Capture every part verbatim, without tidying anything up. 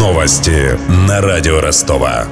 Новости на радио Ростова.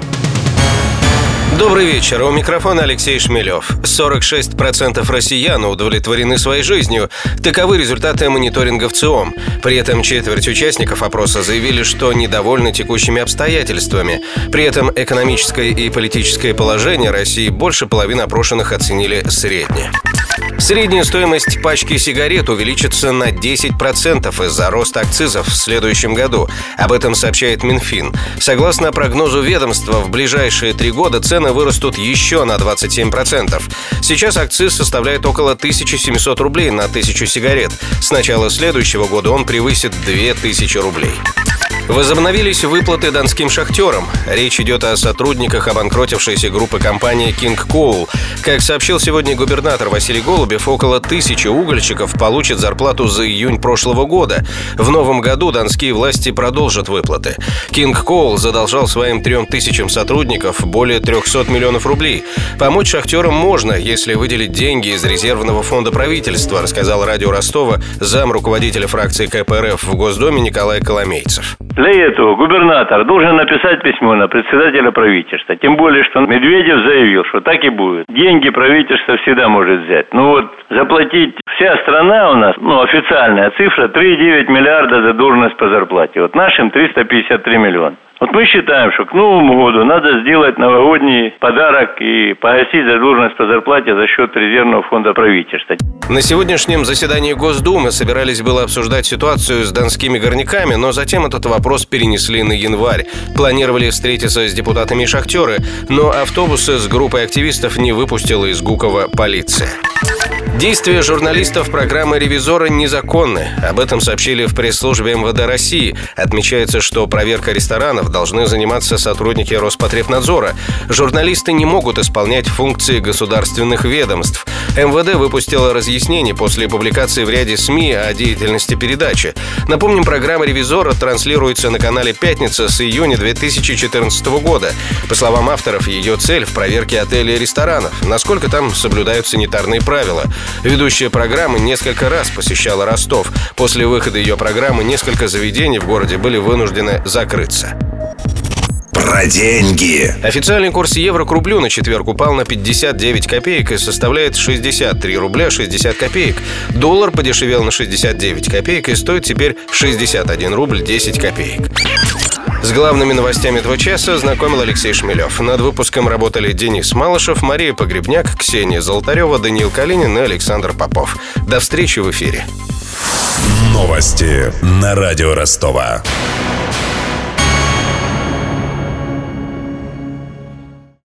Добрый вечер. У микрофона Алексей Шмелев. сорок шесть процентов россиян удовлетворены своей жизнью. Таковы результаты мониторинга в ЦИОМ. При этом четверть участников опроса заявили, что недовольны текущими обстоятельствами. При этом экономическое и политическое положение России больше половины опрошенных оценили средне. Средняя стоимость пачки сигарет увеличится на десять процентов из-за роста акцизов в следующем году. Об этом сообщает Минфин. Согласно прогнозу ведомства, в ближайшие три года цены вырастут еще на двадцать семь процентов. Сейчас акциз составляет около тысяча семьсот рублей на тысячу сигарет. С начала следующего года он превысит две тысячи рублей. Возобновились выплаты донским шахтерам. Речь идет о сотрудниках обанкротившейся группы компании King Coal. Как сообщил сегодня губернатор Василий Голубев, около тысячи угольщиков получат зарплату за июнь прошлого года. В новом году донские власти продолжат выплаты. King Coal задолжал своим трем тысячам сотрудников более трехсот миллионов рублей. Помочь шахтерам можно, если выделить деньги из резервного фонда правительства, рассказал радио Ростова зам руководителя фракции ка пэ эр эф в Госдуме Николай Коломейцев. Для этого губернатор должен написать письмо на председателя правительства. Тем более, что Медведев заявил, что так и будет. Деньги правительство всегда может взять. Ну вот, заплатить вся страна у нас, ну, официальная цифра, три целых девять миллиарда задолженность по зарплате. Вот нашим триста пятьдесят три миллиона. Вот мы считаем, что к Новому году надо сделать новогодний подарок и погасить задолженность по зарплате за счет резервного фонда правительства. На сегодняшнем заседании Госдумы собирались было обсуждать ситуацию с донскими горняками, но затем этот вопрос перенесли на январь. Планировали встретиться с депутатами и шахтеры, но автобусы с группой активистов не выпустила из Гукова полиция. Действия журналистов программы «Ревизора» незаконны. Об этом сообщили в пресс-службе эм вэ дэ России. Отмечается, что проверкой ресторанов должны заниматься сотрудники Роспотребнадзора. Журналисты не могут исполнять функции государственных ведомств. эм вэ дэ выпустила разъяснение после публикации в ряде СМИ о деятельности передачи. Напомним, программа «Ревизора» транслируется на канале «Пятница» с июня две тысячи четырнадцатого года. По словам авторов, ее цель в проверке отелей и ресторанов, насколько там соблюдают санитарные правила. Ведущая программы несколько раз посещала Ростов. После выхода ее программы несколько заведений в городе были вынуждены закрыться. Про деньги. Официальный курс евро к рублю на четверг упал на пятьдесят девять копеек и составляет шестьдесят три рубля шестьдесят копеек. Доллар подешевел на шестьдесят девять копеек и стоит теперь шестьдесят один рубль десять копеек. С главными новостями этого часа знакомил Алексей Шмелев. Над выпуском работали Денис Малышев, Мария Погребняк, Ксения Золотарева, Даниил Калинин и Александр Попов. До встречи в эфире. Новости на радио Ростова.